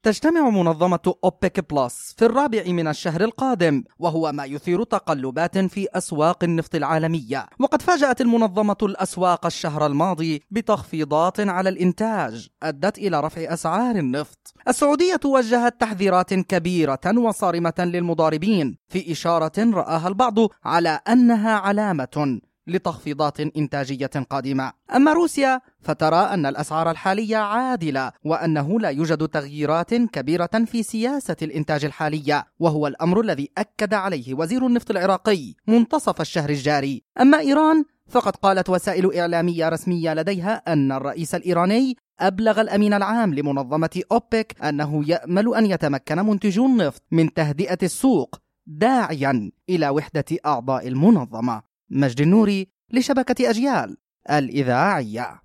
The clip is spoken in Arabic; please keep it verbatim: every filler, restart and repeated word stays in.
تجتمع منظمة أوبك بلس في الرابع من الشهر القادم، وهو ما يثير تقلبات في أسواق النفط العالمية. وقد فاجأت المنظمة الأسواق الشهر الماضي بتخفيضات على الإنتاج أدت إلى رفع أسعار النفط. السعودية وجهت تحذيرات كبيرة وصارمة للمضاربين في إشارة رآها البعض على أنها علامة لتخفيضات إنتاجية قادمة. أما روسيا فترى أن الأسعار الحالية عادلة وأنه لا يوجد تغييرات كبيرة في سياسة الإنتاج الحالية، وهو الأمر الذي أكد عليه وزير النفط العراقي منتصف الشهر الجاري. أما إيران فقد قالت وسائل إعلامية رسمية لديها أن الرئيس الإيراني أبلغ الأمين العام لمنظمة أوبك أنه يأمل أن يتمكن منتجو النفط من تهدئة السوق، داعيا إلى وحدة أعضاء المنظمة. مجد النوري لشبكة أجيال الإذاعية.